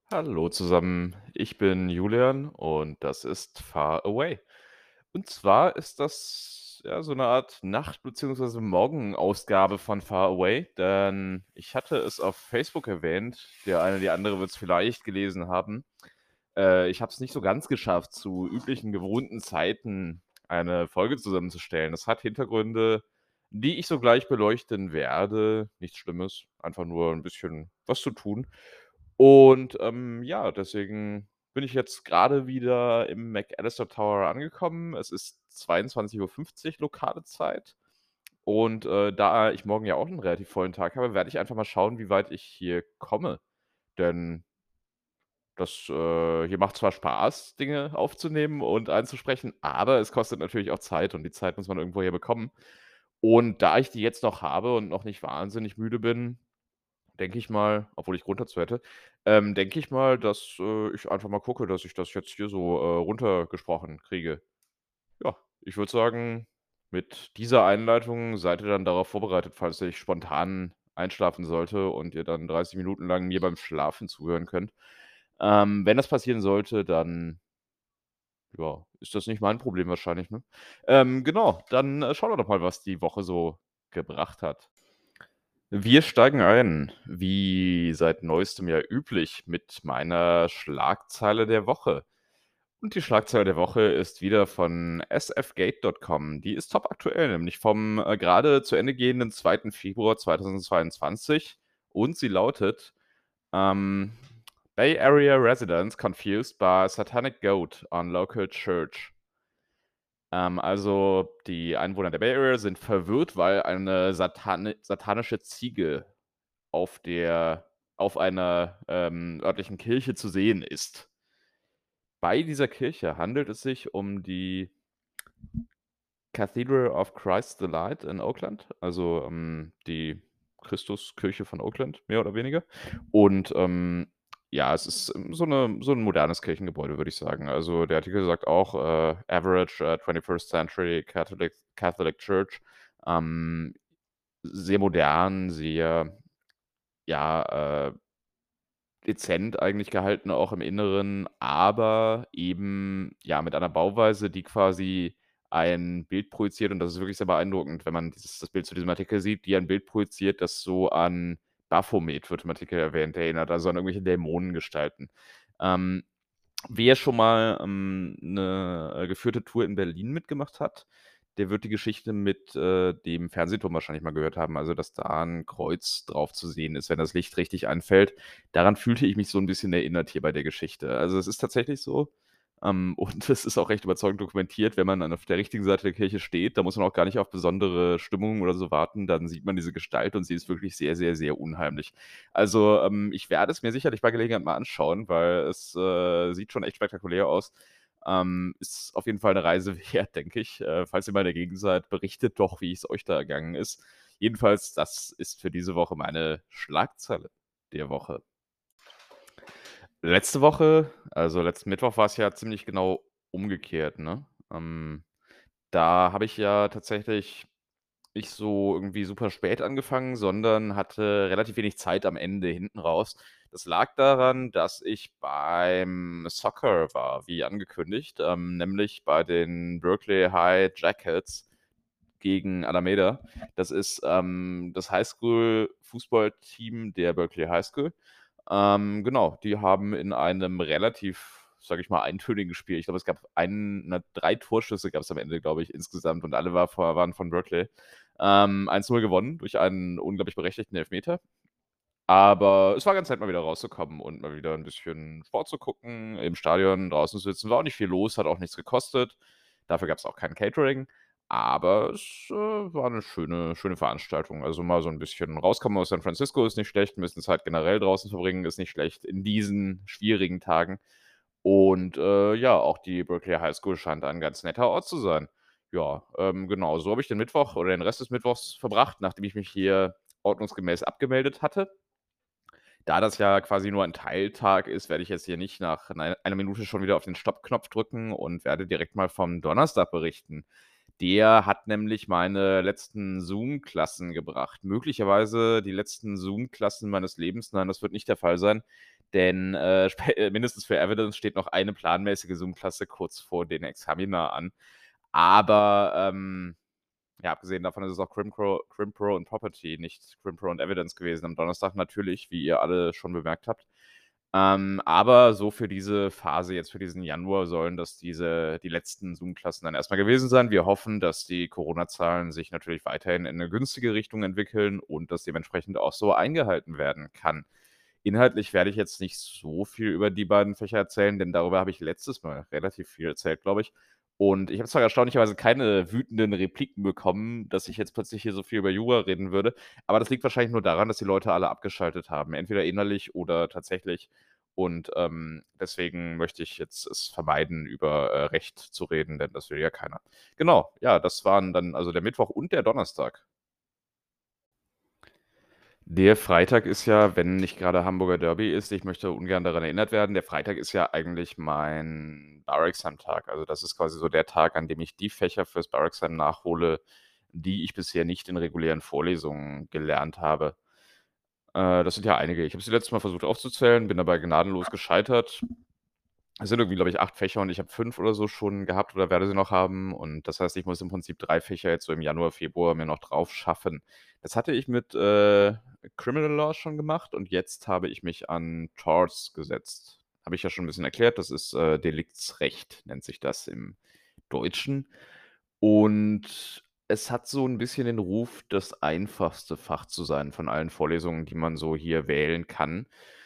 Hallo zusammen, ich bin Julian und das ist Far Away. Und zwar ist das ja so eine Art Nacht- beziehungsweise Morgenausgabe von Far Away, denn ich hatte es auf Facebook erwähnt, der eine, die andere wird es vielleicht gelesen haben. Ich habe es nicht so ganz geschafft, zu üblichen gewohnten Zeiten eine Folge zusammenzustellen. Das hat Hintergründe, die ich sogleich beleuchten werde. Nichts Schlimmes, einfach nur ein bisschen was zu tun. Und, ja, deswegen bin ich jetzt gerade wieder im McAllister Tower angekommen. Es ist 22:50 lokale Zeit und, da ich morgen ja auch einen relativ vollen Tag habe, werde ich einfach mal schauen, wie weit ich hier komme. Denn hier macht zwar Spaß, Dinge aufzunehmen und einzusprechen, aber es kostet natürlich auch Zeit und die Zeit muss man irgendwoher bekommen. Und da ich die jetzt noch habe und noch nicht wahnsinnig müde bin, denke ich mal, obwohl ich Grund dazu hätte, denke ich mal, dass, ich einfach mal gucke, dass ich das jetzt hier so, runtergesprochen kriege. Ja, ich würde sagen, mit dieser Einleitung seid ihr dann darauf vorbereitet, falls ich spontan einschlafen sollte und ihr dann 30 Minuten lang mir beim Schlafen zuhören könnt. Wenn das passieren sollte, dann, ja, ist das nicht mein Problem wahrscheinlich, ne? Genau, dann, schauen wir doch mal, was die Woche so gebracht hat. Wir steigen ein, wie seit Neuestem ja üblich, mit meiner Schlagzeile der Woche. Und die Schlagzeile der Woche ist wieder von sfgate.com. Die ist top aktuell, nämlich vom, grade zu Ende gehenden 2. Februar 2022 und sie lautet, ähm: „Bay Area residents confused by satanic goat on local church." Also, die Einwohner der Bay Area sind verwirrt, weil eine satanische Ziege auf einer, örtlichen Kirche zu sehen ist. Bei dieser Kirche handelt es sich um die Cathedral of Christ the Light in Oakland, also, die Christuskirche von Oakland, mehr oder weniger. Und, ja, es ist, so 'n modernes Kirchengebäude, würde ich sagen. Also, der Artikel sagt auch, „Average, 21st Century Catholic Church." Ähm, Sehr modern, sehr, ja, dezent eigentlich gehalten, auch im Inneren, aber eben, ja, mit einer Bauweise, die quasi ein Bild projiziert und das ist wirklich sehr beeindruckend, wenn man das Bild zu diesem Artikel sieht, die ein Bild projiziert, das so an Baphomet, wird im Artikel erwähnt, erinnert, also an irgendwelche Dämonengestalten. Ähm, Wer schon mal, 'ne, geführte Tour in Berlin mitgemacht hat, der wird die Geschichte mit, dem Fernsehturm wahrscheinlich mal gehört haben, also, dass da 'n Kreuz drauf zu sehen ist, wenn das Licht richtig einfällt. Daran fühlte ich mich so 'n bisschen erinnert hier bei der Geschichte. Also, es ist tatsächlich so, und es ist auch recht überzeugend dokumentiert, wenn man dann auf der richtigen Seite der Kirche steht, da muss man auch gar nicht auf besondere Stimmungen oder so warten, dann sieht man diese Gestalt und sie ist wirklich sehr, sehr, sehr unheimlich. Also, ich werde es mir sicherlich bei Gelegenheit mal anschauen, weil es, sieht schon echt spektakulär aus. Ist auf jeden Fall 'ne Reise wert, denke ich. Falls ihr mal in der Gegend seid, berichtet doch, wie es euch da ergangen ist. Jedenfalls, das ist für diese Woche meine Schlagzeile der Woche. Letzte Woche, also letzten Mittwoch, war's ja ziemlich genau umgekehrt, ne? Da habe ich ja tatsächlich nicht so irgendwie super spät angefangen, sondern hatte relativ wenig Zeit am Ende hinten raus. Das lag daran, dass ich beim Soccer war, wie angekündigt, nämlich bei den Berkeley High Jackets gegen Alameda. Das ist, das Highschool-Fußballteam der Berkeley High School. Genau, die haben in einem relativ, sage ich mal, eintönigen Spiel, ich glaube, es gab 3 Torschüsse gab's am Ende, glaube ich, insgesamt und alle waren von Berkeley. 1:0 gewonnen durch einen unglaublich berechtigten Elfmeter. Aber es war ganz nett, mal wieder rauszukommen und mal wieder 'n bisschen Sport zu gucken, im Stadion draußen zu sitzen. War auch nicht viel los, hat auch nichts gekostet. Dafür gab's auch kein Catering, aber es, war 'ne schöne Veranstaltung. Also, mal so 'n bisschen rauskommen aus San Francisco ist nicht schlecht, 'n bisschen Zeit generell draußen verbringen ist nicht schlecht in diesen schwierigen Tagen. Und, ja, auch die Berkeley High School scheint ein ganz netter Ort zu sein. Ja, genau, so habe ich den Mittwoch oder den Rest des Mittwochs verbracht, nachdem ich mich hier ordnungsgemäß abgemeldet hatte. Da das ja quasi nur ein Teiltag ist, werde ich jetzt hier nicht nach einer Minute schon wieder auf den Stoppknopf drücken und werde direkt mal vom Donnerstag berichten. Der hat nämlich meine letzten Zoom-Klassen gebracht. Möglicherweise die letzten Zoom-Klassen meines Lebens. Nein, das wird nicht der Fall sein, denn, mindestens für Evidence steht noch eine planmäßige Zoom-Klasse kurz vor den Examina an. Aber, ja, abgesehen davon ist es auch Crimpro und Property, nicht Crimpro und Evidence gewesen am Donnerstag natürlich, wie ihr alle schon bemerkt habt. Aber so für diese Phase jetzt, für diesen Januar sollen das die letzten Zoom-Klassen dann erst mal gewesen sein. Wir hoffen, dass die Corona-Zahlen sich natürlich weiterhin in 'ne günstige Richtung entwickeln und das dementsprechend auch so eingehalten werden kann. Inhaltlich werde ich jetzt nicht so viel über die beiden Fächer erzählen, denn darüber habe ich letztes Mal relativ viel erzählt, glaube ich. Und ich habe zwar erstaunlicherweise keine wütenden Repliken bekommen, dass ich jetzt plötzlich hier so viel über Jura reden würde, aber das liegt wahrscheinlich nur daran, dass die Leute alle abgeschaltet haben, entweder innerlich oder tatsächlich. Und, deswegen möchte ich jetzt es vermeiden, über, Recht zu reden, denn das will ja keiner. Genau, ja, das waren dann also der Mittwoch und der Donnerstag. Der Freitag ist ja, wenn nicht grade Hamburger Derby ist, ich möchte ungern daran erinnert werden, der Freitag ist ja eigentlich mein Bar-Exam-Tag. Also, das ist quasi so der Tag, an dem ich die Fächer fürs Bar-Exam nachhole, die ich bisher nicht in regulären Vorlesungen gelernt habe. Das sind ja einige. Ich habe sie letztes Mal versucht aufzuzählen, bin dabei gnadenlos gescheitert. Es sind irgendwie, glaube ich, 8 Fächer und ich habe 5 oder so schon gehabt oder werde sie noch haben. Und das heißt, ich muss im Prinzip 3 Fächer jetzt so im Januar, Februar mir noch drauf schaffen. Das hatte ich mit, Criminal Law schon gemacht und jetzt habe ich mich an Torts gesetzt. Habe ich ja schon 'n bisschen erklärt, das ist, Deliktsrecht, nennt sich das im Deutschen. Und es hat so 'n bisschen den Ruf, das einfachste Fach zu sein von allen Vorlesungen, die man so hier wählen kann.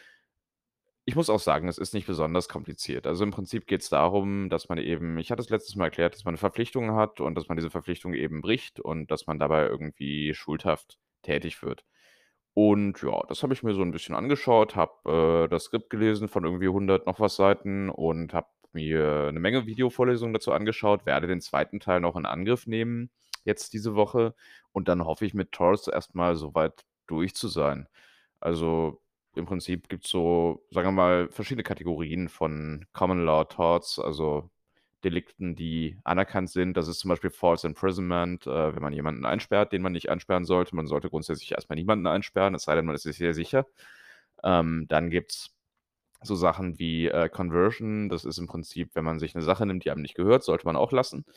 Ich muss auch sagen, es ist nicht besonders kompliziert. Also, im Prinzip geht's darum, dass man eben ich hatte es letztes Mal erklärt, dass man 'ne Verpflichtung hat und dass man diese Verpflichtung eben bricht und dass man dabei irgendwie schuldhaft tätig wird. Und ja, das habe ich mir so 'n bisschen angeschaut, habe, das Skript gelesen von irgendwie 100 noch was Seiten und habe mir 'ne Menge Videovorlesungen dazu angeschaut, werde den zweiten Teil noch in Angriff nehmen jetzt diese Woche und dann hoffe ich mit Taurus erst mal so weit durch zu sein. Also, im Prinzip gibt's so, sagen wir mal, verschiedene Kategorien von Common Law Torts, also Delikten, die anerkannt sind. Das ist zum Beispiel False Imprisonment, wenn man jemanden einsperrt, den man nicht einsperren sollte. Man sollte grundsätzlich erst mal niemanden einsperren, es sei denn, man ist sich sehr sicher. Dann gibt's so Sachen wie, Conversion. Das ist im Prinzip, wenn man sich 'ne Sache nimmt, die einem nicht gehört, sollte man auch lassen.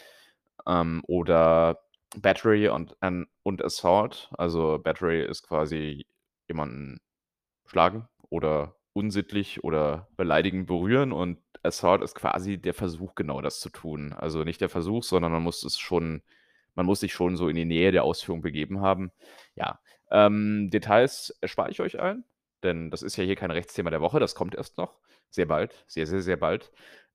Oder Battery und Assault. Also, Battery ist quasi jemanden schlagen oder unsittlich oder beleidigen, berühren und Assault ist quasi der Versuch, genau das zu tun. Also, nicht der Versuch, sondern man muss sich schon so in die Nähe der Ausführung begeben haben. Ja, Details erspare ich euch allen, denn das ist ja hier kein Rechtsthema der Woche, das kommt erst noch. Sehr bald, sehr, sehr, sehr bald.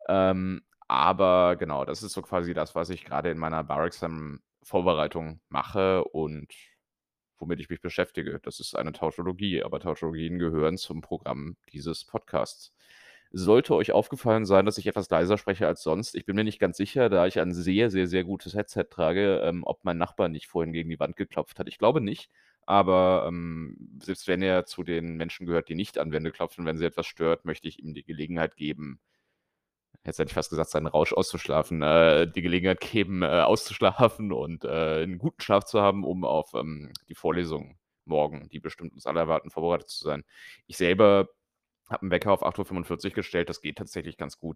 Aber genau, das ist so quasi das, was ich grade in meiner Bar-Exam-Vorbereitung mache und womit ich mich beschäftige. Das ist eine Tautologie, aber Tautologien gehören zum Programm dieses Podcasts. Sollte euch aufgefallen sein, dass ich etwas leiser spreche als sonst, ich bin mir nicht ganz sicher, da ich ein sehr, sehr, sehr gutes Headset trage, ob mein Nachbar nicht vorhin gegen die Wand geklopft hat. Ich glaube nicht, aber, selbst wenn er zu den Menschen gehört, die nicht an Wände klopfen, wenn sie etwas stört, möchte ich ihm die Gelegenheit geben, jetzt hätte ich fast gesagt, seinen Rausch auszuschlafen, die Gelegenheit geben, auszuschlafen und, 'n guten Schlaf zu haben, um auf, die Vorlesung morgen, die bestimmt uns alle erwarten, vorbereitet zu sein. Ich selber habe 'n Wecker auf 8:45 gestellt, das geht tatsächlich ganz gut.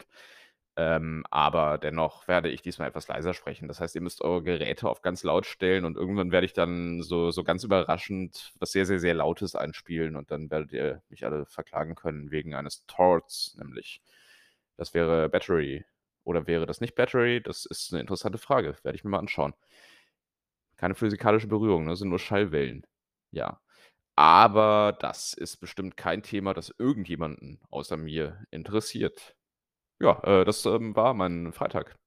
Aber dennoch werde ich diesmal etwas leiser sprechen. Das heißt, ihr müsst eure Geräte auf ganz laut stellen und irgendwann werde ich dann so ganz überraschend was sehr, sehr, sehr Lautes einspielen und dann werdet ihr mich alle verklagen können wegen eines Torts, nämlich. Das wäre Battery. Oder wäre das nicht Battery? Das ist 'ne interessante Frage. Werde ich mir mal anschauen. Keine physikalische Berührung, ne? Sind nur Schallwellen. Ja. Aber das ist bestimmt kein Thema, das irgendjemanden außer mir interessiert. Ja, das, war mein Freitag.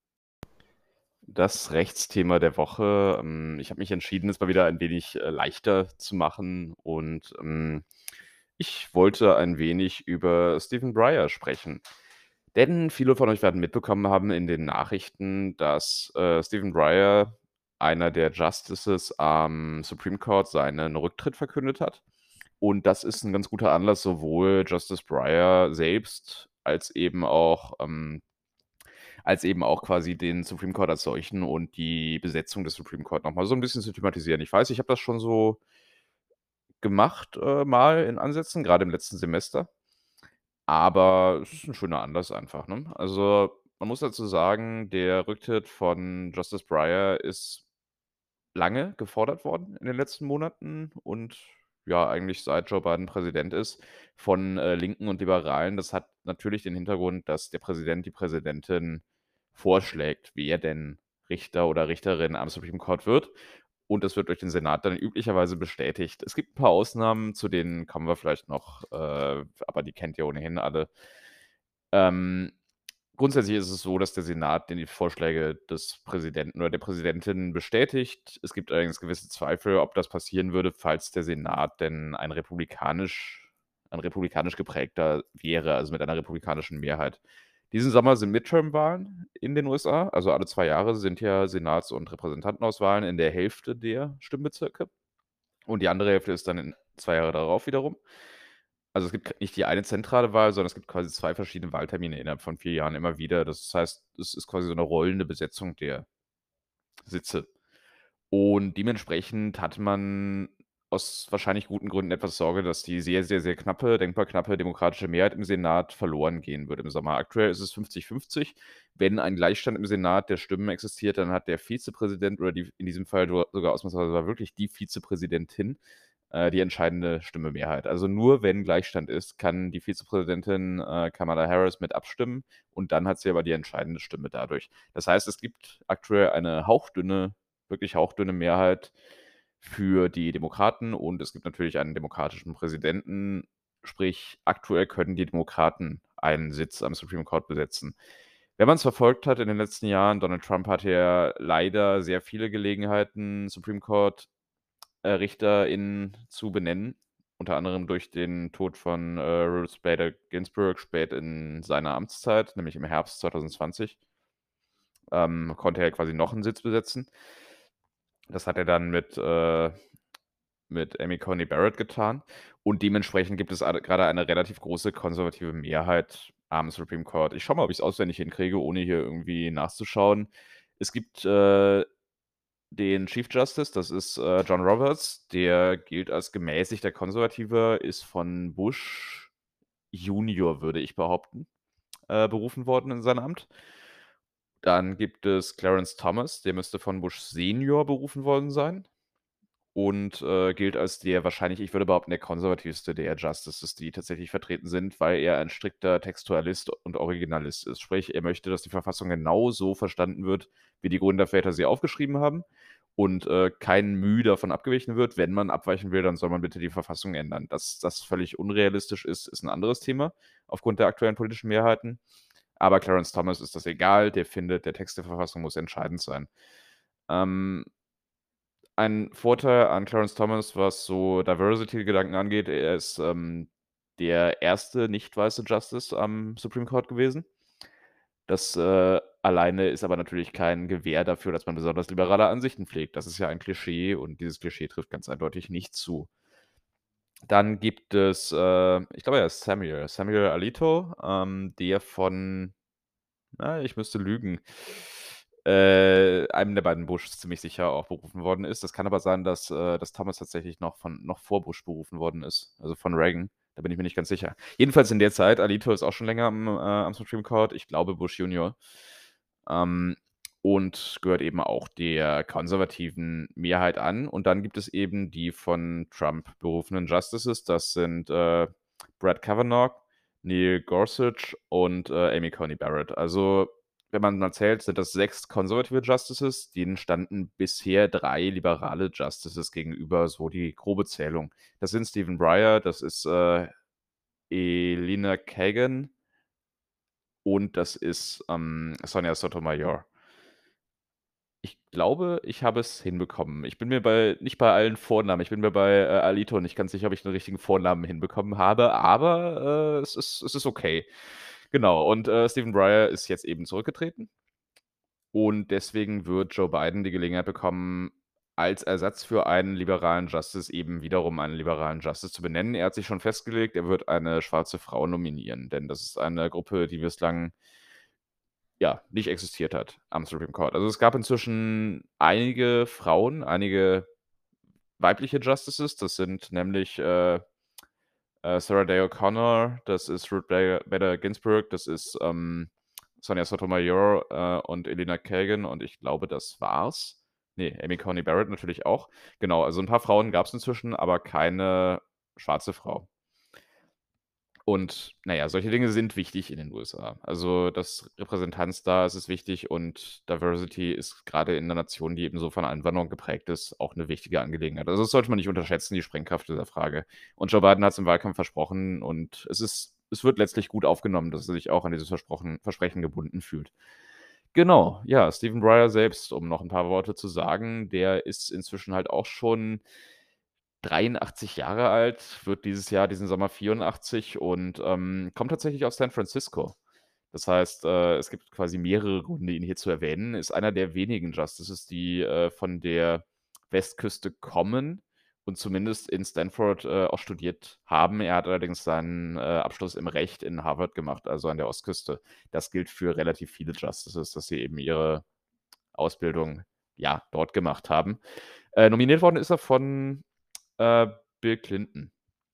Das Rechtsthema der Woche, ich habe mich entschieden, es mal wieder ein wenig, leichter zu machen und, ich wollte ein wenig über Stephen Breyer sprechen. Denn viele von euch werden mitbekommen haben in den Nachrichten, dass, Stephen Breyer, einer der Justices am Supreme Court, seinen Rücktritt verkündet hat. Und das ist 'n ganz guter Anlass, sowohl Justice Breyer selbst als eben auch quasi den Supreme Court als solchen und die Besetzung des Supreme Court noch mal so 'n bisschen zu thematisieren. Ich weiß, ich habe das schon so gemacht, mal in Ansätzen, grade im letzten Semester. Aber es ist 'n schöner Anlass einfach, ne? Also, man muss dazu sagen, der Rücktritt von Justice Breyer ist lange gefordert worden in den letzten Monaten und ja, eigentlich seit Joe Biden Präsident ist, von, Linken und Liberalen. Das hat natürlich den Hintergrund, dass der Präsident, die Präsidentin vorschlägt, wer denn Richter oder Richterin am Supreme Court wird. Und das wird durch den Senat dann üblicherweise bestätigt. Es gibt 'n paar Ausnahmen, zu denen kommen wir vielleicht noch, aber die kennt ihr ohnehin alle. Ähm, Grundsätzlich ist es so, dass der Senat die Vorschläge des Präsidenten oder der Präsidentin bestätigt. Es gibt allerdings gewisse Zweifel, ob das passieren würde, falls der Senat denn ein republikanisch geprägter wäre, also mit einer republikanischen Mehrheit. Diesen Sommer sind Midterm-Wahlen in den USA, also alle 2 Jahre sind ja Senats und Repräsentantenauswahlen in der Hälfte der Stimmbezirke und die andere Hälfte ist dann in 2 Jahre darauf wiederum. Also, es gibt nicht die eine zentrale Wahl, sondern es gibt quasi 2 verschiedene Wahltermine innerhalb von 4 Jahren immer wieder. Das heißt, es ist quasi so 'ne rollende Besetzung der Sitze. Und dementsprechend hatte man aus wahrscheinlich guten Gründen etwas Sorge, dass die sehr, sehr, sehr knappe denkbar knappe demokratische Mehrheit im Senat verloren gehen würde im Sommer. Aktuell ist es 50-50. Wenn ein Gleichstand im Senat der Stimmen existiert, dann hat der Vizepräsident oder die in diesem Fall sogar ausnahmsweise wirklich die Vizepräsidentin, die entscheidende Stimme-Mehrheit. Also, nur wenn Gleichstand ist, kann die Vizepräsidentin, Kamala Harris mit abstimmen und dann hat sie aber die entscheidende Stimme dadurch. Das heißt, es gibt aktuell eine hauchdünne wirklich hauchdünne Mehrheit für die Demokraten und es gibt natürlich einen demokratischen Präsidenten. Sprich, aktuell können die Demokraten einen Sitz am Supreme Court besetzen. Wenn man's verfolgt hat in den letzten Jahren, Donald Trump hatte ja leider sehr viele Gelegenheiten, Supreme Court, RichterInnen zu benennen, unter anderem durch den Tod von, Ruth Bader Ginsburg spät in seiner Amtszeit, nämlich im Herbst 2020, konnte er quasi noch 'n Sitz besetzen. Das hat er dann mit Amy Coney Barrett getan und dementsprechend gibt es grade eine relativ große konservative Mehrheit am Supreme Court. Ich schaue mal, ob ich's auswendig hinkriege, ohne hier irgendwie nachzuschauen. Es gibt, den Chief Justice, das ist, John Roberts, der gilt als gemäßigter Konservativer, ist von Bush Junior, würde ich behaupten, berufen worden in sein Amt. Dann gibt es Clarence Thomas, der müsste von Bush Senior berufen worden sein und, gilt als der wahrscheinlich, ich würde behaupten, der konservativste der Justices, die tatsächlich vertreten sind, weil er ein strikter Textualist und Originalist ist. Sprich, er möchte, dass die Verfassung genau so verstanden wird, wie die Gründerväter sie aufgeschrieben haben und, kein Mühe davon abgewichen wird. Wenn man abweichen will, dann soll man bitte die Verfassung ändern. Dass das völlig unrealistisch ist, ist 'n anderes Thema aufgrund der aktuellen politischen Mehrheiten. Aber Clarence Thomas ist das egal, der findet, der Text der Verfassung muss entscheidend sein. Ähm Ein Vorteil an Clarence Thomas, was so Diversity-Gedanken angeht, er ist, der erste nicht weiße Justice am Supreme Court gewesen. Das, alleine ist aber natürlich kein Gewähr dafür, dass man besonders liberale Ansichten pflegt. Das ist ja ein Klischee und dieses Klischee trifft ganz eindeutig nicht zu. Dann gibt es, ich glaube, er ist Samuel Alito, der von ich müsste lügen. Einem der beiden Bushs ziemlich sicher auch berufen worden ist. Das kann aber sein, dass Thomas tatsächlich noch vor Bush berufen worden ist, also von Reagan. Da bin ich mir nicht ganz sicher. Jedenfalls in der Zeit, Alito ist auch schon länger am Supreme Court, ich glaube Bush Junior, ähm, und gehört eben auch der konservativen Mehrheit an. Und dann gibt es eben die von Trump berufenen Justices. Das sind, Brett Kavanaugh, Neil Gorsuch und, Amy Coney Barrett. Also, wenn man mal zählt, sind das 6 konservative Justices, denen standen bisher 3 liberale Justices gegenüber, so die grobe Zählung. Das sind Stephen Breyer, das ist, Elena Kagan und das ist, Sonia Sotomayor. Ich glaube, ich habe es hinbekommen. Ich bin mir nicht bei allen Vornamen, ich bin mir bei, Alito nicht ganz sicher, ob ich den richtigen Vornamen hinbekommen habe, aber, es ist okay. Genau, und, Stephen Breyer ist jetzt eben zurückgetreten und deswegen wird Joe Biden die Gelegenheit bekommen, als Ersatz für einen liberalen Justice eben wiederum einen liberalen Justice zu benennen. Er hat sich schon festgelegt, er wird eine schwarze Frau nominieren, denn das ist eine Gruppe, die bislang ja, nicht existiert hat am Supreme Court. Also, es gab inzwischen einige Frauen, einige weibliche Justices, das sind nämlich, Sarah Day O'Connor, das ist Ruth Bader Ginsburg, das ist, Sonia Sotomayor, und Elena Kagan und ich glaube, das war's. Ne, Amy Coney Barrett natürlich auch. Genau, also 'n paar Frauen gab's inzwischen, aber keine schwarze Frau. Und na ja, solche Dinge sind wichtig in den USA. Also, dass Repräsentanz da ist, ist wichtig und Diversity ist grade in 'ner Nation, die eben so von Einwanderung geprägt ist, auch 'ne wichtige Angelegenheit. Also, das sollte man nicht unterschätzen, die Sprengkraft dieser Frage. Und Joe Biden hat's im Wahlkampf versprochen und es wird letztlich gut aufgenommen, dass er sich auch an dieses Versprechen gebunden fühlt. Genau, ja, Stephen Breyer selbst, um noch 'n paar Worte zu sagen, der ist inzwischen halt auch schon 83 Jahre alt, wird dieses Jahr diesen Sommer 84 und, kommt tatsächlich aus San Francisco. Das heißt, es gibt quasi mehrere Gründe, ihn hier zu erwähnen. Ist einer der wenigen Justices, die, von der Westküste kommen und zumindest in Stanford, auch studiert haben. Er hat allerdings seinen, Abschluss im Recht in Harvard gemacht, also an der Ostküste. Das gilt für relativ viele Justices, dass sie eben ihre Ausbildung, ja, dort gemacht haben. Nominiert worden ist er von äh, Bill Clinton.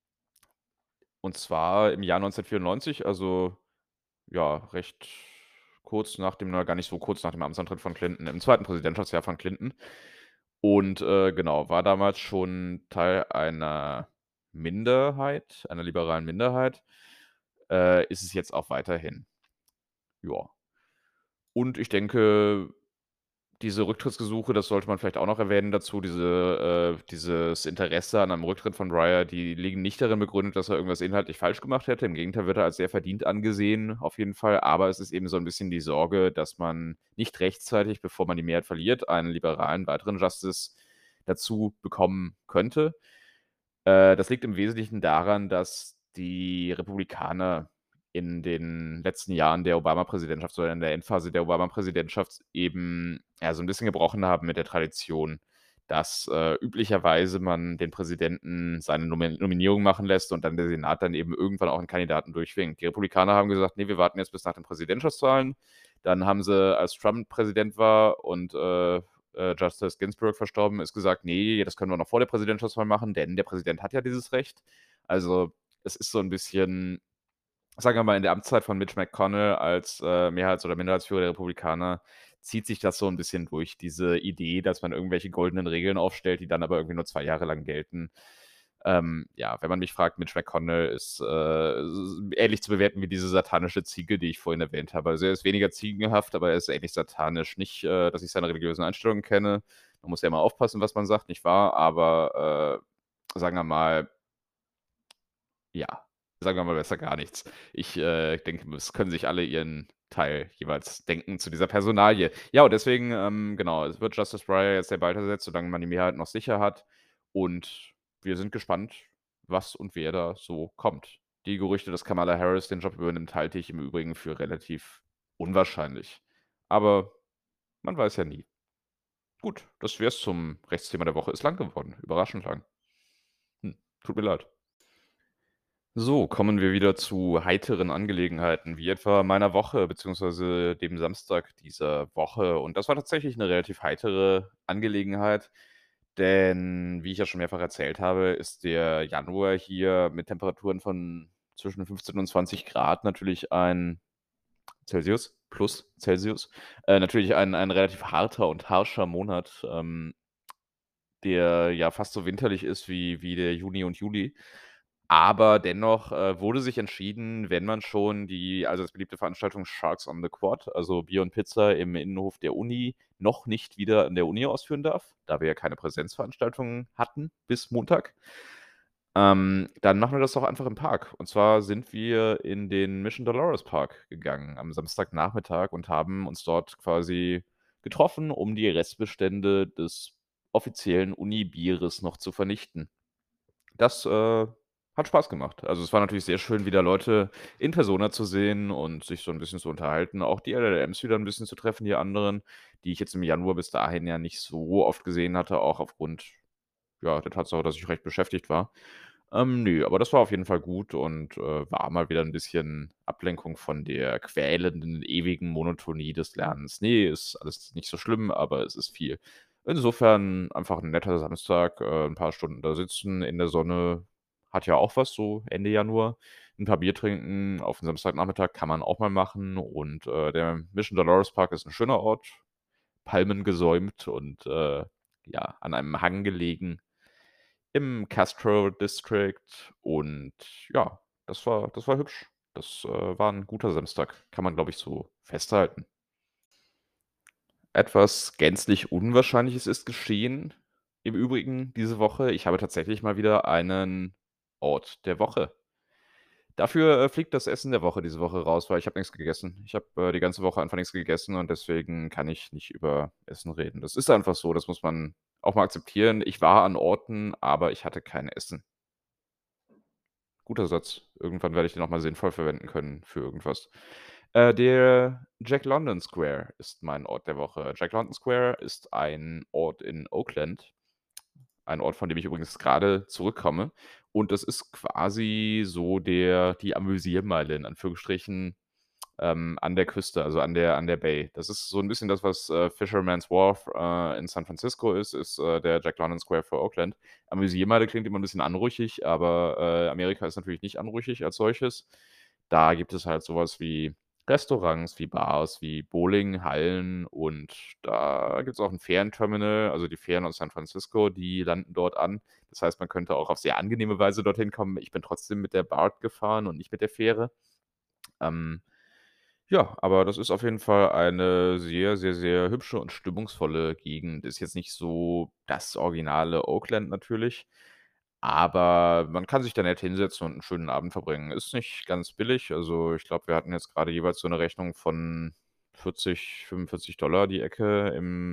Und zwar im Jahr 1994, also, ja, recht kurz nach dem na, gar nicht so kurz nach dem Amtsantritt von Clinton, im zweiten Präsidentschaftsjahr von Clinton. Und, genau, war damals schon Teil einer Minderheit, einer liberalen Minderheit, ist es jetzt auch weiterhin. Ja. Und ich denke, diese Rücktrittsgesuche, das sollte man vielleicht auch noch erwähnen dazu, dieses Interesse an einem Rücktritt von Breyer, die liegen nicht darin begründet, dass er irgendwas inhaltlich falsch gemacht hätte. Im Gegenteil wird er als sehr verdient angesehen, auf jeden Fall. Aber es ist eben so ein bisschen die Sorge, dass man nicht rechtzeitig, bevor man die Mehrheit verliert, einen liberalen weiteren Justice dazu bekommen könnte. Das liegt im Wesentlichen daran, dass die Republikaner in den letzten Jahren der Obama-Präsidentschaft oder in der Endphase der Obama-Präsidentschaft eben, ja, so 'n bisschen gebrochen haben mit der Tradition, dass, üblicherweise man den Präsidenten seine Nominierung machen lässt und dann der Senat dann eben irgendwann auch 'n Kandidaten durchwinkt. Die Republikaner haben gesagt: „Ne, wir warten jetzt bis nach den Präsidentschaftswahlen.“ Dann haben sie, als Trump Präsident war und, Justice Ginsburg verstorben ist, gesagt: „Ne, das können wir noch vor der Präsidentschaftswahl machen, denn der Präsident hat ja dieses Recht.“ Also, es ist so 'n bisschen, sagen wir mal, in der Amtszeit von Mitch McConnell als, Mehrheits oder Minderheitsführer der Republikaner zieht sich das so 'n bisschen durch, diese Idee, dass man irgendwelche goldenen Regeln aufstellt, die dann aber irgendwie nur 2 Jahre lang gelten. Ja, wenn man mich fragt, Mitch McConnell ist, ähnlich zu bewerten wie diese satanische Ziege, die ich vorhin erwähnt habe. Also, er ist weniger ziegenhaft, aber er ist ähnlich satanisch. Nicht, dass ich seine religiösen Einstellungen kenne. Man muss ja immer aufpassen, was man sagt, nicht wahr? Aber, sagen wir mal, ja, sagen wir mal besser gar nichts. Ich, denke, es können sich alle ihren Teil jeweils denken zu dieser Personalie. Ja, und deswegen, genau, es wird Justice Breyer jetzt der Ball ersetzt, solange man die Mehrheit noch sicher hat. Und wir sind gespannt, was und wer da so kommt. Die Gerüchte, dass Kamala Harris den Job übernimmt, halte ich im Übrigen für relativ unwahrscheinlich. Aber man weiß ja nie. Gut, das wär's zum Rechtsthema der Woche. Ist lang geworden, überraschend lang. Tut mir leid. So, kommen wir wieder zu heiteren Angelegenheiten, wie etwa meiner Woche beziehungsweise dem Samstag dieser Woche. Und das war tatsächlich 'ne relativ heitere Angelegenheit, denn wie ich ja schon mehrfach erzählt habe, ist der Januar hier mit Temperaturen von zwischen 15 und 20 Grad natürlich ein Celsius, plus Celsius, natürlich ein relativ harter und harscher Monat, der ja fast so winterlich ist wie der Juni und Juli. Aber dennoch, wurde sich entschieden, wenn man schon die allseits beliebte Veranstaltung Sharks on the Quad, also Bier und Pizza im Innenhof der Uni, noch nicht wieder an der Uni ausführen darf, da wir ja keine Präsenzveranstaltungen hatten bis Montag, dann machen wir das doch einfach im Park. Und zwar sind wir in den Mission Dolores Park gegangen am Samstagnachmittag und haben uns dort quasi getroffen, um die Restbestände des offiziellen Uni-Bieres noch zu vernichten. Das, hat Spaß gemacht. Also, es war natürlich sehr schön, wieder Leute in Persona zu sehen und sich so 'n bisschen zu unterhalten, auch die LLMs wieder 'n bisschen zu treffen, die anderen, die ich jetzt im Januar bis dahin ja nicht so oft gesehen hatte, auch aufgrund, ja, der Tatsache, dass ich recht beschäftigt war. Ne, aber das war auf jeden Fall gut und, war mal wieder 'n bisschen Ablenkung von der quälenden, ewigen Monotonie des Lernens. Ne, ist alles nicht so schlimm, aber es ist viel. Insofern einfach 'n netter Samstag, 'n paar Stunden da sitzen in der Sonne, hat ja auch was, so Ende Januar. Ein paar Bier trinken auf 'n Samstagnachmittag kann man auch mal machen und, der Mission Dolores Park ist 'n schöner Ort, palmengesäumt und, ja, an einem Hang gelegen im Castro District und ja, das war hübsch. Das, war 'n guter Samstag, kann man, glaube ich, so festhalten. Etwas gänzlich Unwahrscheinliches ist geschehen im Übrigen diese Woche. Ich habe tatsächlich mal wieder einen Ort der Woche. Dafür, fliegt das Essen der Woche diese Woche raus, weil ich habe nix gegessen. Ich habe, die ganze Woche einfach nix gegessen und deswegen kann ich nicht über Essen reden. Das ist einfach so, das muss man auch mal akzeptieren. Ich war an Orten, aber ich hatte kein Essen. Guter Satz. Irgendwann werde ich den auch mal sinnvoll verwenden können für irgendwas. Der Jack London Square ist mein Ort der Woche. Jack London Square ist ein Ort in Oakland, ein Ort, von dem ich übrigens grade zurückkomme. Und das ist quasi so die Amüsiermeile in Anführungsstrichen an der Küste, also an der Bay. Das ist so 'n bisschen das, was, Fisherman's Wharf, in San Francisco ist, der Jack London Square für Oakland. Amüsiermeile klingt immer 'n bisschen anrüchig, aber, Amerika ist natürlich nicht anrüchig als solches. Da gibt es halt so was wie Restaurants, wie Bars, wie Bowlinghallen und da gibt's auch 'n Fährenterminal, also die Fähren aus San Francisco, die landen dort an. Das heißt, man könnte auch auf sehr angenehme Weise dorthin kommen. Ich bin trotzdem mit der BART gefahren und nicht mit der Fähre. Ähm ja, aber das ist auf jeden Fall eine sehr, sehr, sehr hübsche und stimmungsvolle Gegend. Ist jetzt nicht so das originale Oakland natürlich, aber man kann sich da nett hinsetzen und 'n schönen Abend verbringen. Ist nicht ganz billig. Also, ich glaube, wir hatten jetzt grade jeweils so 'ne Rechnung von 40, 45 die Ecke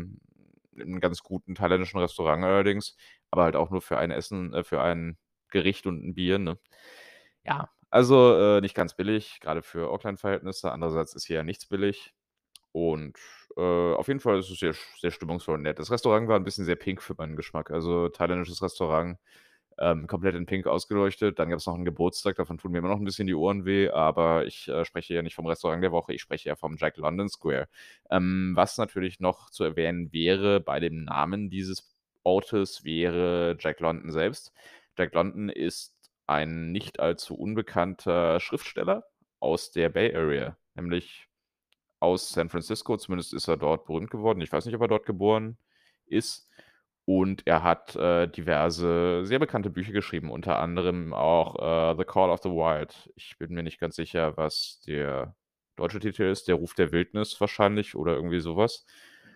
in 'nem ganz guten thailändischen Restaurant allerdings, aber halt auch nur für ein Essen für ein Gericht und 'n Bier, ne? Ja, also, nicht ganz billig, grade für Auckland-Verhältnisse. Andererseits ist hier ja nichts billig und, auf jeden Fall ist es sehr stimmungsvoll und nett. Das Restaurant war 'n bisschen sehr pink für meinen Geschmack. Also, thailändisches Restaurant, komplett in pink ausgeleuchtet. Dann gab's noch 'n Geburtstag, davon tun mir immer noch 'n bisschen die Ohren weh, aber ich, spreche ja nicht vom Restaurant der Woche, ich spreche ja vom Jack London Square. Was natürlich noch zu erwähnen wäre bei dem Namen dieses Ortes, wäre Jack London selbst. Jack London ist ein nicht allzu unbekannter Schriftsteller aus der Bay Area, nämlich aus San Francisco. Zumindest ist er dort berühmt geworden. Ich weiß nicht, ob er dort geboren ist. Und er hat, diverse sehr bekannte Bücher geschrieben, unter anderem auch, „The Call of the Wild". Ich bin mir nicht ganz sicher, was der deutsche Titel ist. „Der Ruf der Wildnis" wahrscheinlich oder irgendwie so was.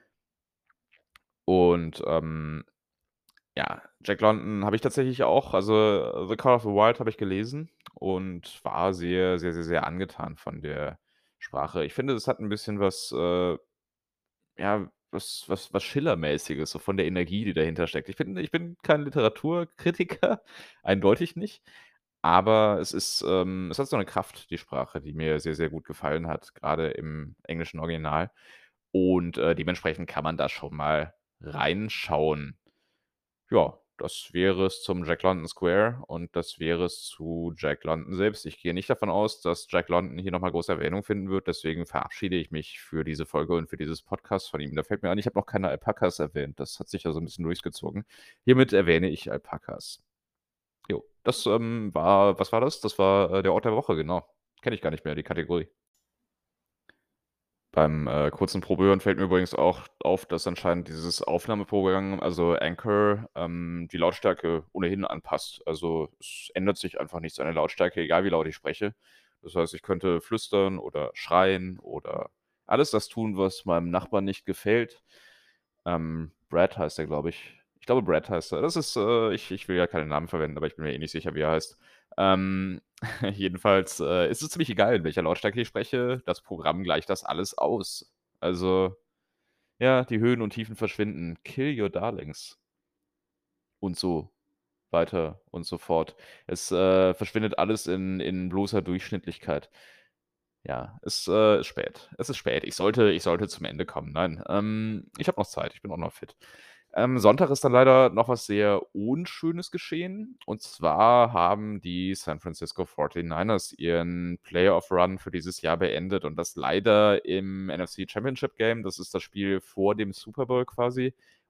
Und, ja, Jack London habe ich tatsächlich auch also, „The Call of the Wild" habe ich gelesen und war sehr, sehr, sehr, sehr angetan von der Sprache. Ich finde, es hat 'n bisschen was, ja, was Schiller-mäßiges, so von der Energie, die dahinter steckt. Ich bin kein Literaturkritiker, eindeutig nicht, aber es hat so 'ne Kraft, die Sprache, die mir sehr, sehr gut gefallen hat, grade im englischen Original. Und, dementsprechend kann man da schon mal reinschauen. Ja, das wäre es zum Jack London Square und das wäre es zu Jack London selbst. Ich gehe nicht davon aus, dass Jack London hier noch mal große Erwähnung finden wird, deswegen verabschiede ich mich für diese Folge und für dieses Podcast von ihm. Da fällt mir ein, ich habe noch keine Alpakas erwähnt. Das hat sich ja so 'n bisschen durchgezogen. Hiermit erwähne ich Alpakas. Jo, das, war was war das? Das war, der Ort der Woche, genau. Kenne ich gar nicht mehr, die Kategorie. Beim, kurzen Probehören fällt mir übrigens auch auf, dass anscheinend dieses Aufnahmeprogramm, also Anchor, die Lautstärke ohnehin anpasst. Also, es ändert sich einfach nichts an der Lautstärke, egal wie laut ich spreche. Das heißt, ich könnte flüstern oder schreien oder alles das tun, was meinem Nachbarn nicht gefällt. Brad heißt er, glaube ich. Ich glaube, Brad heißt er. Das ist, ich will ja keine Namen verwenden, aber ich bin mir eh nicht sicher, wie er heißt. Ähm, jedenfalls, ist es ziemlich egal, in welcher Lautstärke ich spreche. Das Programm gleicht das alles aus. Also, ja, die Höhen und Tiefen verschwinden. Kill your darlings und so weiter und so fort. Es, verschwindet alles in bloßer Durchschnittlichkeit. Ja, ist spät. Es ist spät. Ich sollte zum Ende kommen. Nein, ich habe noch Zeit. Ich bin auch noch fit. Sonntag ist dann leider noch was sehr Unschönes geschehen. Und zwar haben die San Francisco 49ers ihren Playoff-Run für dieses Jahr beendet und das leider im NFC Championship Game. Das ist das Spiel vor dem Super Bowl quasi.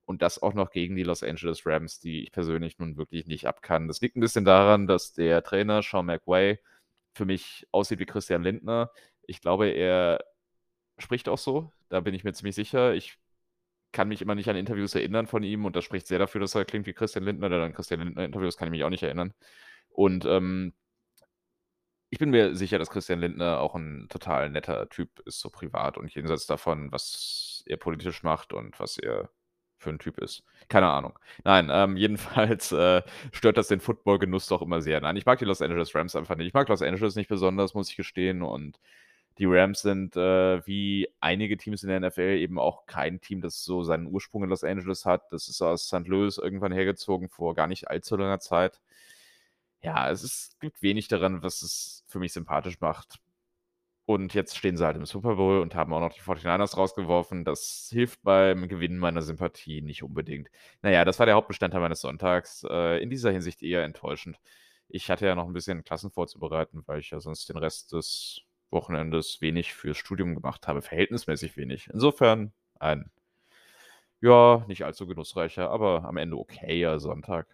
und das auch noch gegen die Los Angeles Rams, die ich persönlich nun wirklich nicht ab kann. Das liegt 'n bisschen daran, dass der Trainer Sean McVay für mich aussieht wie Christian Lindner. Ich glaube, er spricht auch so, da bin ich mir ziemlich sicher. Ich kann mich immer nicht an Interviews erinnern von ihm und das spricht sehr dafür, dass er klingt wie Christian Lindner, denn an Christian Lindner-Interviews kann ich mich auch nicht erinnern. Und, ich bin mir sicher, dass Christian Lindner auch 'n total netter Typ ist, so privat und jenseits davon, was er politisch macht und was er für 'n Typ ist. Keine Ahnung. Nein, jedenfalls, stört das den Footballgenuss doch immer sehr. Nein, ich mag die Los Angeles Rams einfach nicht. Ich mag Los Angeles nicht besonders, muss ich gestehen, und die Rams sind, wie einige Teams in der NFL eben auch kein Team, das so seinen Ursprung in Los Angeles hat. Das ist aus St. Louis irgendwann hergezogen vor gar nicht allzu langer Zeit. Ja, gibt wenig daran, was es für mich sympathisch macht. Und jetzt stehen sie halt im Super Bowl und haben auch noch die 49ers rausgeworfen. Das hilft beim Gewinnen meiner Sympathie nicht unbedingt. Na ja, das war der Hauptbestandteil meines Sonntags. In dieser Hinsicht eher enttäuschend. Ich hatte ja noch 'n bisschen Klassen vorzubereiten, weil ich ja sonst den Rest des Wochenendes wenig fürs Studium gemacht habe, verhältnismäßig wenig. Insofern ein, ja, nicht allzu genussreicher, aber am Ende okayer Sonntag.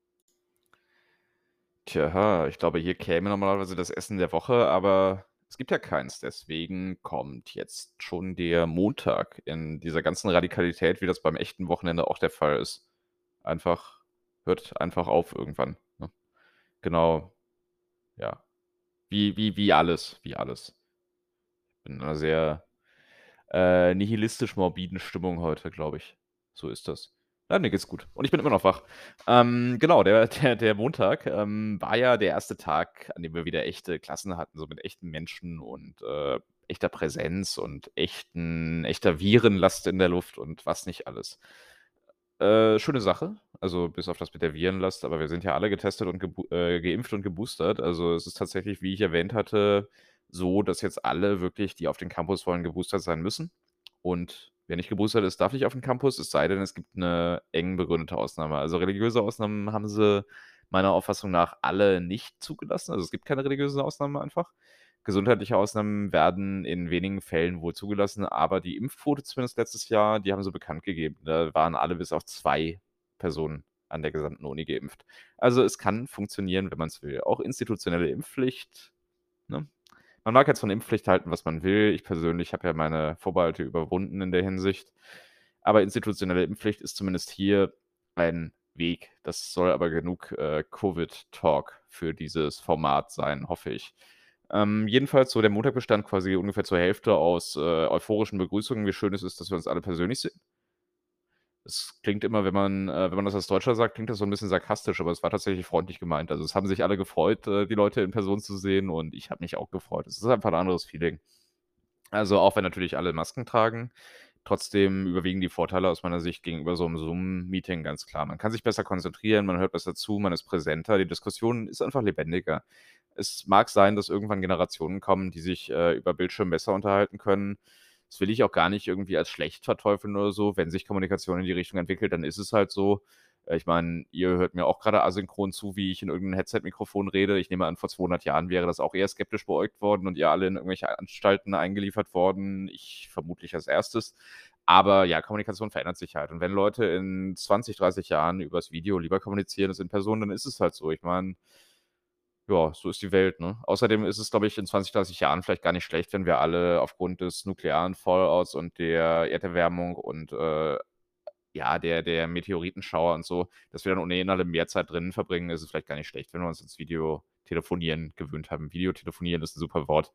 Tja, ich glaube, hier käme normalerweise das Essen der Woche, aber es gibt ja keins. Deswegen kommt jetzt schon der Montag in dieser ganzen Radikalität, wie das beim echten Wochenende auch der Fall ist. Einfach hört einfach auf irgendwann, ne? Genau, ja. Wie alles, wie alles. In 'ner sehr, nihilistisch morbiden Stimmung heute, glaube ich. So ist das. Ja, mir geht's gut und ich bin immer noch wach. Genau, der Montag, war ja der erste Tag, an dem wir wieder echte Klassen hatten, so mit echten Menschen und, echter Präsenz und echter Virenlast in der Luft und was nicht alles. Schöne Sache, also bis auf das mit der Virenlast, aber wir sind ja alle getestet und geimpft und geboostert. Also, es ist tatsächlich, wie ich erwähnt hatte, so, dass jetzt alle wirklich, die auf den Campus wollen, geboostert sein müssen. Und wer nicht geboostert ist, darf nicht auf den Campus, es sei denn, es gibt 'ne eng begründete Ausnahme. Also, religiöse Ausnahmen haben sie meiner Auffassung nach alle nicht zugelassen. Also, es gibt keine religiösen Ausnahmen einfach. Gesundheitliche Ausnahmen werden in wenigen Fällen wohl zugelassen, aber die Impfquote zumindest letztes Jahr, die haben sie bekannt gegeben. Da waren alle bis auf 2 Personen an der gesamten Uni geimpft. Also, es kann funktionieren, wenn man's will. Auch institutionelle Impfpflicht, ne? Man mag jetzt von Impfpflicht halten, was man will. Ich persönlich habe ja meine Vorbehalte überwunden in der Hinsicht. Aber institutionelle Impfpflicht ist zumindest hier ein Weg. Das soll aber genug, Covid-Talk für dieses Format sein, hoffe ich. Jedenfalls so der Montag bestand quasi ungefähr zur Hälfte aus, euphorischen Begrüßungen, wie schön es ist, dass wir uns alle persönlich sehen. Es klingt immer, wenn man das als Deutscher sagt, klingt das so 'n bisschen sarkastisch, aber es war tatsächlich freundlich gemeint. Also, es haben sich alle gefreut, die Leute in Person zu sehen und ich habe mich auch gefreut. Es ist einfach 'n anderes Feeling. Also, auch wenn natürlich alle Masken tragen, trotzdem überwiegen die Vorteile aus meiner Sicht gegenüber so 'nem Zoom-Meeting ganz klar. Man kann sich besser konzentrieren, man hört besser zu, man ist präsenter, die Diskussion ist einfach lebendiger. Es mag sein, dass irgendwann Generationen kommen, die sich, über Bildschirm besser unterhalten können. Das will ich auch gar nicht irgendwie als schlecht verteufeln oder so. Wenn sich Kommunikation in die Richtung entwickelt, dann ist es halt so. Ich meine, ihr hört mir auch grade asynchron zu, wie ich in irgend 'n Headset-Mikrofon rede. Ich nehme an, vor 200 Jahren wäre das auch eher skeptisch beäugt worden und ihr alle in irgendwelche Anstalten eingeliefert worden. Ich vermutlich als Erstes. Aber ja, Kommunikation verändert sich halt. Und wenn Leute in 20, 30 Jahren übers Video lieber kommunizieren als in Person, dann ist es halt so. Ich meine, ja, so ist die Welt, ne? Außerdem ist es, glaube ich, in 20, 30 Jahren vielleicht gar nicht schlecht, wenn wir alle aufgrund des nuklearen Fallouts und der Erderwärmung und, ja, der Meteoritenschauer und so, dass wir dann ohnehin alle mehr Zeit drinnen verbringen, ist es vielleicht gar nicht schlecht, wenn wir uns ans Videotelefonieren gewöhnt haben. Videotelefonieren ist 'n super Wort.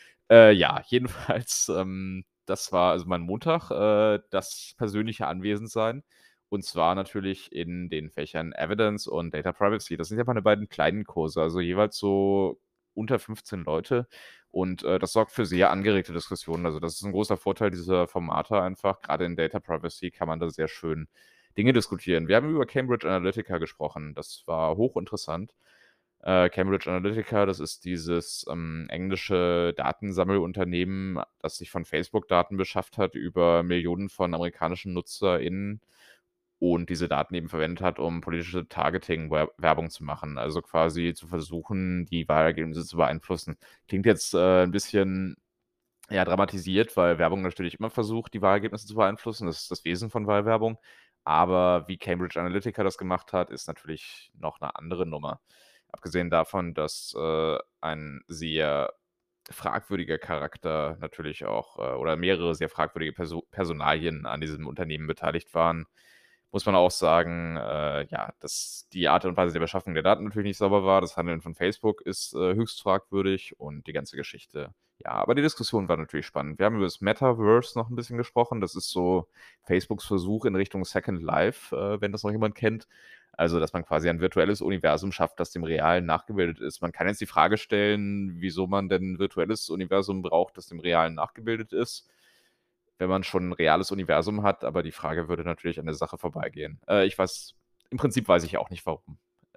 Ja, jedenfalls, das war also mein Montag, das persönliche Anwesendsein. Und zwar natürlich in den Fächern Evidence und Data Privacy. Das sind ja meine beiden kleinen Kurse, also jeweils so unter 15 Leute. Und, das sorgt für sehr angeregte Diskussionen. Also, das ist 'n großer Vorteil dieser Formate einfach. Grade in Data Privacy kann man da sehr schön Dinge diskutieren. Wir haben über Cambridge Analytica gesprochen. Das war hochinteressant. Cambridge Analytica, das ist dieses, englische Datensammelunternehmen, das sich von Facebook Daten beschafft hat über Millionen von amerikanischen NutzerInnen und diese Daten eben verwendet hat, um politische Targeting Werbung zu machen. Also, quasi zu versuchen, die Wahlergebnisse zu beeinflussen. Klingt jetzt, 'n bisschen, ja, dramatisiert, weil Werbung natürlich immer versucht, die Wahlergebnisse zu beeinflussen. Das ist das Wesen von Wahlwerbung. Aber wie Cambridge Analytica das gemacht hat, ist natürlich noch eine andere Nummer. Abgesehen davon, dass, ein sehr fragwürdiger Charakter natürlich auch, oder mehrere sehr fragwürdige Personalien an diesem Unternehmen beteiligt waren, muss man auch sagen, ja, dass die Art und Weise der Beschaffung der Daten natürlich nicht sauber war. Das Handeln von Facebook ist, höchst fragwürdig und die ganze Geschichte. Ja, aber die Diskussion war natürlich spannend. Wir haben über das Metaverse noch ein bisschen gesprochen. Das ist so Facebooks Versuch in Richtung Second Life, wenn das noch jemand kennt. Also, dass man quasi ein virtuelles Universum schafft, das dem realen nachgebildet ist. Man kann jetzt die Frage stellen, wieso man denn 'n virtuelles Universum braucht, das dem realen nachgebildet ist, wenn man schon 'n reales Universum hat, aber die Frage würde natürlich an der Sache vorbeigehen. Im Prinzip weiß ich auch nicht warum.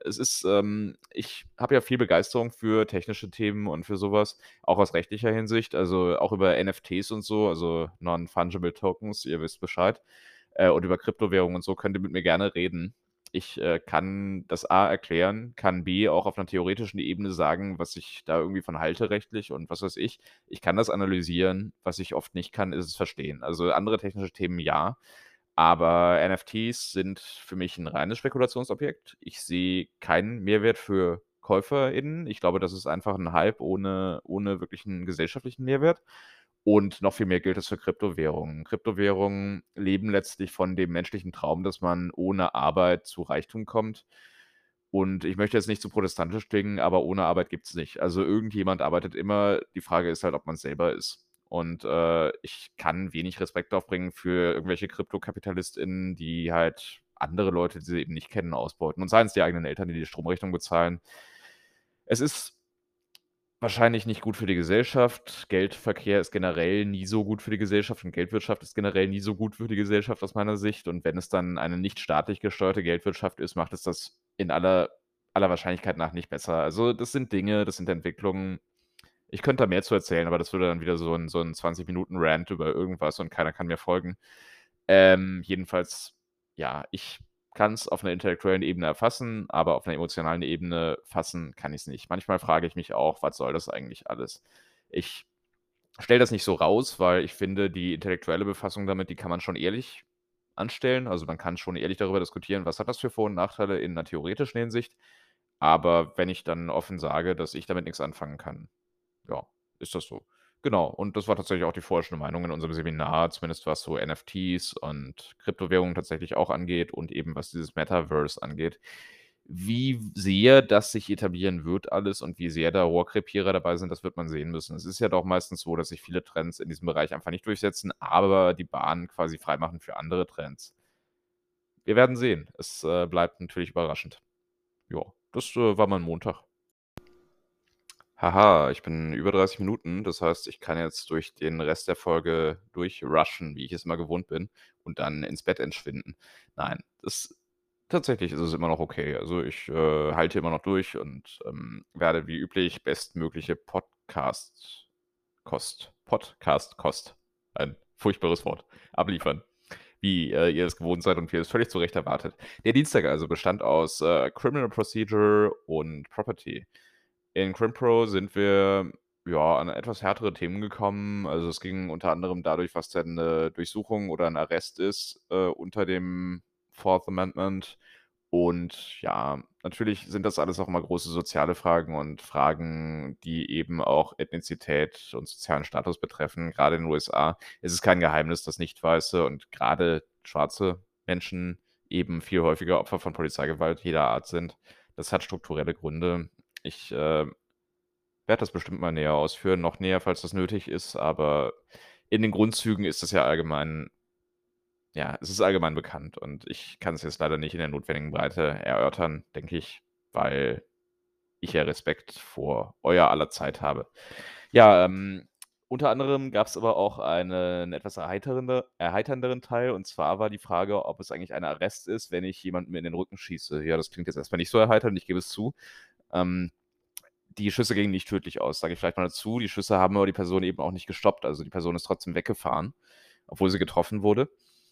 Ich habe ja viel Begeisterung für technische Themen und für sowas, auch aus rechtlicher Hinsicht, also auch über NFTs und so, also Non-Fungible Tokens, ihr wisst Bescheid. Und über Kryptowährungen und so könnt ihr mit mir gerne reden. Ich, kann das A erklären, kann B auch auf 'ner theoretischen Ebene sagen, was ich da irgendwie von halte rechtlich und was weiß ich. Ich kann das analysieren. Was ich oft nicht kann, ist es verstehen. Also, andere technische Themen ja, aber NFTs sind für mich 'n reines Spekulationsobjekt. Ich sehe keinen Mehrwert für KäuferInnen. Ich glaube, das ist einfach 'n Hype ohne wirklichen gesellschaftlichen Mehrwert. Und noch viel mehr gilt es für Kryptowährungen. Kryptowährungen leben letztlich von dem menschlichen Traum, dass man ohne Arbeit zu Reichtum kommt. Und ich möchte jetzt nicht zu protestantisch klingen, aber ohne Arbeit gibt's nicht. Also, irgendjemand arbeitet immer. Die Frage ist halt, ob man's selber ist. Und, ich kann wenig Respekt aufbringen für irgendwelche KryptokapitalistInnen, die halt andere Leute, die sie eben nicht kennen, ausbeuten. Und seien's die eigenen Eltern, die die Stromrechnung bezahlen. Es ist wahrscheinlich nicht gut für die Gesellschaft. Geldverkehr ist generell nie so gut für die Gesellschaft und Geldwirtschaft ist generell nie so gut für die Gesellschaft aus meiner Sicht. Und wenn es dann eine nicht staatlich gesteuerte Geldwirtschaft ist, macht es das in aller Wahrscheinlichkeit nach nicht besser. Also, das sind Dinge, das sind Entwicklungen. Ich könnte da mehr zu erzählen, aber das würde dann wieder so 'n 20 Minuten Rant über irgendwas und keiner kann mir folgen. Jedenfalls, ja, ich kann es auf 'ner intellektuellen Ebene erfassen, aber auf 'ner emotionalen Ebene fassen kann ich's nicht. Manchmal frage ich mich auch: „Was soll das eigentlich alles?“ Ich stelle das nicht so raus, weil ich finde, die intellektuelle Befassung damit, die kann man schon ehrlich anstellen. Also, man kann schon ehrlich darüber diskutieren, was hat das für Vor und Nachteile in 'ner theoretischen Hinsicht. Aber wenn ich dann offen sage, dass ich damit nix anfangen kann, ja, ist das so. Genau, und das war tatsächlich auch die vorherrschende Meinung in unserem Seminar, zumindest was so NFTs und Kryptowährungen tatsächlich auch angeht und eben was dieses Metaverse angeht. Wie sehr das sich etablieren wird alles und wie sehr da Rohrkrepierer dabei sind, das wird man sehen müssen. Es ist ja doch meistens so, dass sich viele Trends in diesem Bereich einfach nicht durchsetzen, aber die Bahn quasi freimachen für andere Trends. Wir werden sehen. Es, bleibt natürlich überraschend. Ja, das, war mein Montag. Haha, ich bin über 30 Minuten. Das heißt, ich kann jetzt durch den Rest der Folge durchrushen, wie ich es immer gewohnt bin, und dann ins Bett entschwinden. Nein, tatsächlich ist es immer noch okay. Also, ich, halte immer noch durch und, werde wie üblich bestmögliche Podcast-Kost, ein furchtbares Wort, abliefern, wie, ihr es gewohnt seid und wie ihr es völlig zu Recht erwartet. Der Dienstag also bestand aus, Criminal Procedure und Property. In CrimPro sind wir, ja, an etwas härtere Themen gekommen. Also, es ging unter anderem dadurch, was denn 'ne Durchsuchung oder 'n Arrest ist, unter dem Fourth Amendment. Und ja, natürlich sind das alles auch immer große soziale Fragen und Fragen, die eben auch Ethnizität und sozialen Status betreffen, grade in den USA. Es ist kein Geheimnis, dass nicht Weiße und grade schwarze Menschen eben viel häufiger Opfer von Polizeigewalt jeder Art sind. Das hat strukturelle Gründe. Ich, werde das bestimmt mal näher ausführen, noch näher, falls das nötig ist, aber in den Grundzügen ist es ja allgemein, ja, es ist allgemein bekannt und ich kann es jetzt leider nicht in der notwendigen Breite erörtern, denke ich, weil ich ja Respekt vor euer aller Zeit habe. Ja, unter anderem gab es aber auch 'n etwas erheiternderen Teil, und zwar war die Frage, ob es eigentlich ein Arrest ist, wenn ich jemandem in den Rücken schieße. Ja, das klingt jetzt erst mal nicht so erheiternd, ich gebe es zu. Ähm, Die Schüsse gingen nicht tödlich aus, sage ich vielleicht mal dazu. Die Schüsse haben aber die Person eben auch nicht gestoppt. Also, die Person ist trotzdem weggefahren, obwohl sie getroffen wurde.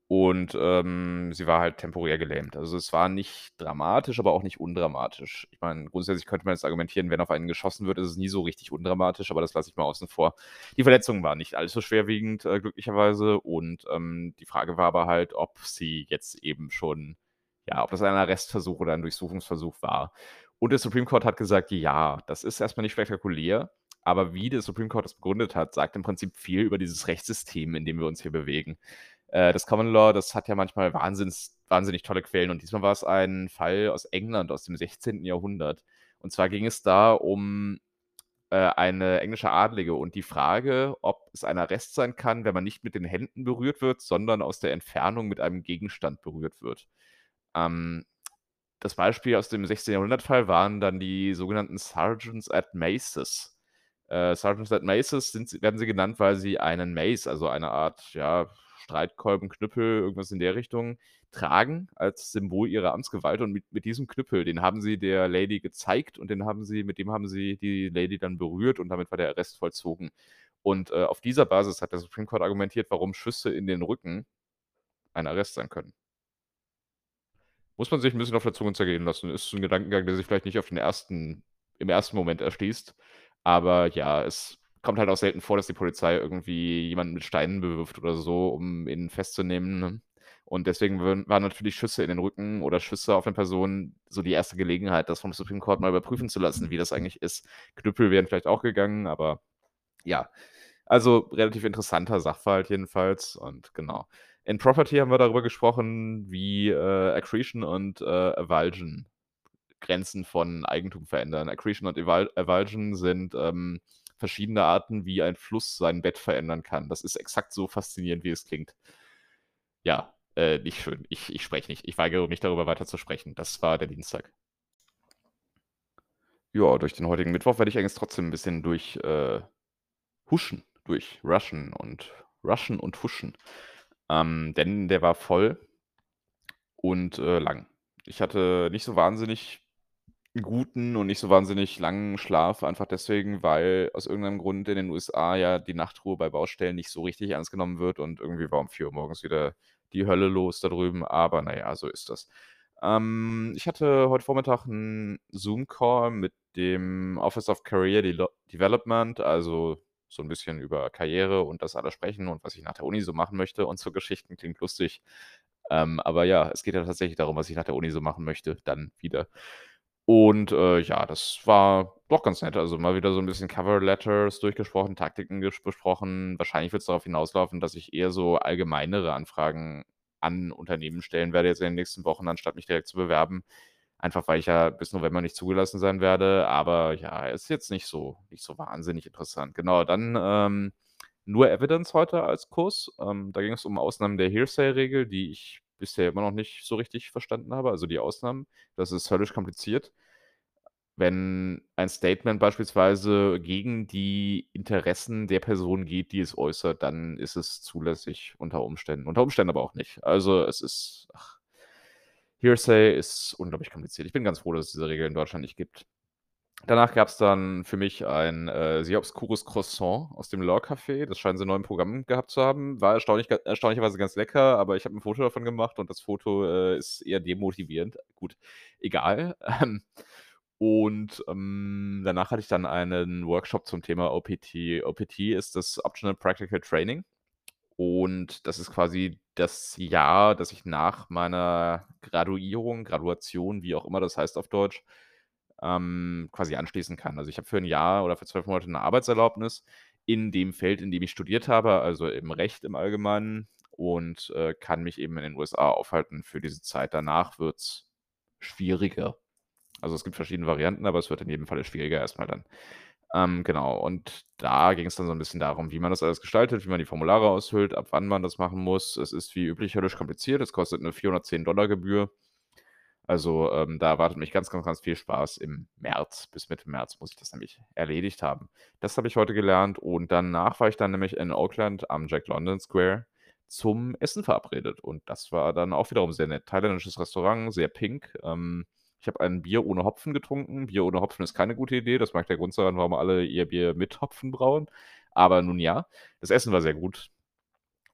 Und, sie war halt temporär gelähmt. Also, es war nicht dramatisch, aber auch nicht undramatisch. Ich meine, grundsätzlich könnte man jetzt argumentieren, wenn auf einen geschossen wird, ist es nie so richtig undramatisch, aber das lasse ich mal außen vor. Die Verletzungen waren nicht allzu schwerwiegend, glücklicherweise. Und, die Frage war aber halt, ob sie jetzt eben schon ja, ob das ein Arrestversuch oder ein Durchsuchungsversuch war. Und der Supreme Court hat gesagt: „Ja, das ist erst mal nicht spektakulär, aber wie der Supreme Court das begründet hat, sagt im Prinzip viel über dieses Rechtssystem, in dem wir uns hier bewegen.“ Das Common Law, das hat ja manchmal wahnsinnig tolle Quellen und diesmal war es ein Fall aus England aus dem 16. Jahrhundert. Und zwar ging es da um, eine englische Adlige und die Frage, ob es ein Arrest sein kann, wenn man nicht mit den Händen berührt wird, sondern aus der Entfernung mit einem Gegenstand berührt wird. Ähm, Das Beispiel aus dem 16. Jahrhundert-Fall waren dann die sogenannten Sergeants at Maces. Sergeants at Maces werden sie genannt, weil sie einen Mace, also eine Art, ja, Streitkolben, Knüppel, irgendwas in der Richtung, tragen als Symbol ihrer Amtsgewalt und mit diesem Knüppel, den haben sie der Lady gezeigt und mit dem haben sie die Lady dann berührt und damit war der Arrest vollzogen. Und, auf dieser Basis hat der Supreme Court argumentiert, warum Schüsse in den Rücken ein Arrest sein können. Muss man sich 'n bisschen auf der Zunge zergehen lassen. Ist 'n Gedankengang, der sich vielleicht nicht im ersten Moment erschließt. Aber ja, es kommt halt auch selten vor, dass die Polizei irgendwie jemanden mit Steinen bewirft oder so, um ihn festzunehmen, ne? Und deswegen waren natürlich Schüsse in den Rücken oder Schüsse auf 'ne Person so die erste Gelegenheit, das vom Supreme Court mal überprüfen zu lassen, wie das eigentlich ist. Knüppel wären vielleicht auch gegangen, aber ja. Also, relativ interessanter Sachverhalt jedenfalls und genau. In Property haben wir darüber gesprochen, wie, Accretion und, Avulsion Grenzen von Eigentum verändern. Accretion und Avulsion sind, verschiedene Arten, wie ein Fluss sein Bett verändern kann. Das ist exakt so faszinierend, wie es klingt. Ja, nicht schön. Ich spreche nicht. Ich weigere mich, darüber weiter zu sprechen. Das war der Dienstag. Ja, durch den heutigen Mittwoch werde ich eigentlich trotzdem 'n bisschen durchrushen und huschen. Denn der war voll und, lang. Ich hatte nicht so wahnsinnig guten und nicht so wahnsinnig langen Schlaf, einfach deswegen, weil aus irgendeinem Grund in den USA ja die Nachtruhe bei Baustellen nicht so richtig ernst genommen wird und irgendwie war um 4 Uhr morgens wieder die Hölle los da drüben, aber na ja, so ist das. Ich hatte heute Vormittag 'n Zoom-Call mit dem Office of Career Development, also so 'n bisschen über Karriere und das alles sprechen und was ich nach der Uni so machen möchte und so Geschichten. Klingt lustig. Aber ja, es geht ja tatsächlich darum, was ich nach der Uni so machen möchte, dann wieder. Und, ja, das war doch ganz nett. Also, mal wieder so 'n bisschen Cover Letters durchgesprochen, Taktiken besprochen. Wahrscheinlich wird's darauf hinauslaufen, dass ich eher so allgemeinere Anfragen an Unternehmen stellen werde jetzt in den nächsten Wochen, anstatt mich direkt zu bewerben. Einfach, weil ich ja bis November nicht zugelassen sein werde. Aber ja, ist jetzt nicht so wahnsinnig interessant. Genau, dann, nur Evidence heute als Kurs. Da ging es um Ausnahmen der Hearsay-Regel, die ich bisher immer noch nicht so richtig verstanden habe, also die Ausnahmen. Das ist höllisch kompliziert. Wenn ein Statement beispielsweise gegen die Interessen der Person geht, die es äußert, dann ist es zulässig unter Umständen aber auch nicht. Also, es ist Hearsay ist unglaublich kompliziert. Ich bin ganz froh, dass es diese Regel in Deutschland nicht gibt. Danach gab's dann für mich ein, sehr obskures Croissant aus dem Law Café. Das scheinen sie neu im Programm gehabt zu haben. War erstaunlicherweise ganz lecker, aber ich habe 'n Foto davon gemacht und das Foto, ist eher demotivierend. Gut, egal. Danach hatte ich dann einen Workshop zum Thema OPT. OPT ist das Optional Practical Training und das ist quasi das Jahr, das ich nach meiner Graduation, wie auch immer das heißt auf Deutsch, quasi anschließen kann. Also, ich habe für 'n Jahr oder für 12 Monate 'ne Arbeitserlaubnis in dem Feld, in dem ich studiert habe, also im Recht im Allgemeinen und, kann mich eben in den USA aufhalten für diese Zeit. Danach wird's schwieriger. Also, es gibt verschiedene Varianten, aber es wird in jedem Falle schwieriger erst mal dann. Genau, und da ging's dann so 'n bisschen darum, wie man das alles gestaltet, wie man die Formulare ausfüllt, ab wann man das machen muss. Es ist wie üblich höllisch kompliziert. Es kostet 'ne 410 Gebühr. Also, da erwartet mich ganz viel Spaß im März. Bis Mitte März muss ich das nämlich erledigt haben. Das habe ich heute gelernt und danach war ich dann nämlich in Oakland am Jack London Square zum Essen verabredet und das war dann auch wiederum sehr nett. Thailändisches Restaurant, sehr pink. Ich habe ein Bier ohne Hopfen getrunken. Bier ohne Hopfen ist keine gute Idee. Das mag der Grund sein, warum alle ihr Bier mit Hopfen brauen. Aber nun ja, das Essen war sehr gut.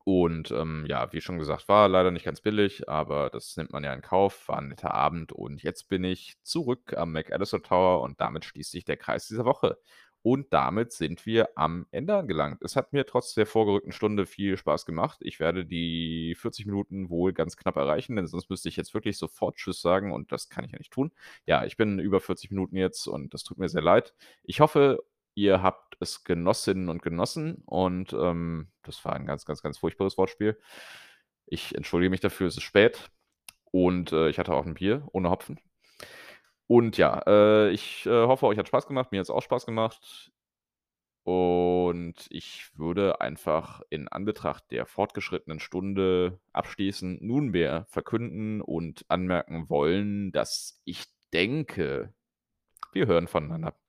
Und, ja, wie schon gesagt, war leider nicht ganz billig, aber das nimmt man ja in Kauf. War 'n netter Abend und jetzt bin ich zurück am McAllister Tower und damit schließt sich der Kreis dieser Woche. Und damit sind wir am Ende angelangt. Es hat mir trotz der vorgerückten Stunde viel Spaß gemacht. Ich werde die 40 Minuten wohl ganz knapp erreichen, denn sonst müsste ich jetzt wirklich sofort tschüss sagen und das kann ich ja nicht tun. Ja, ich bin über 40 Minuten jetzt und das tut mir sehr leid. Ich hoffe, ihr habt es Genossinnen und genossen und, das war ein ganz, ganz, ganz furchtbares Wortspiel. Ich entschuldige mich dafür, es ist spät und, ich hatte auch 'n Bier ohne Hopfen. Und ja, ich, hoffe, euch hat Spaß gemacht. Mir hat's auch Spaß gemacht und ich würde einfach in Anbetracht der fortgeschrittenen Stunde abschließend nunmehr verkünden und anmerken wollen, dass ich denke, wir hören voneinander.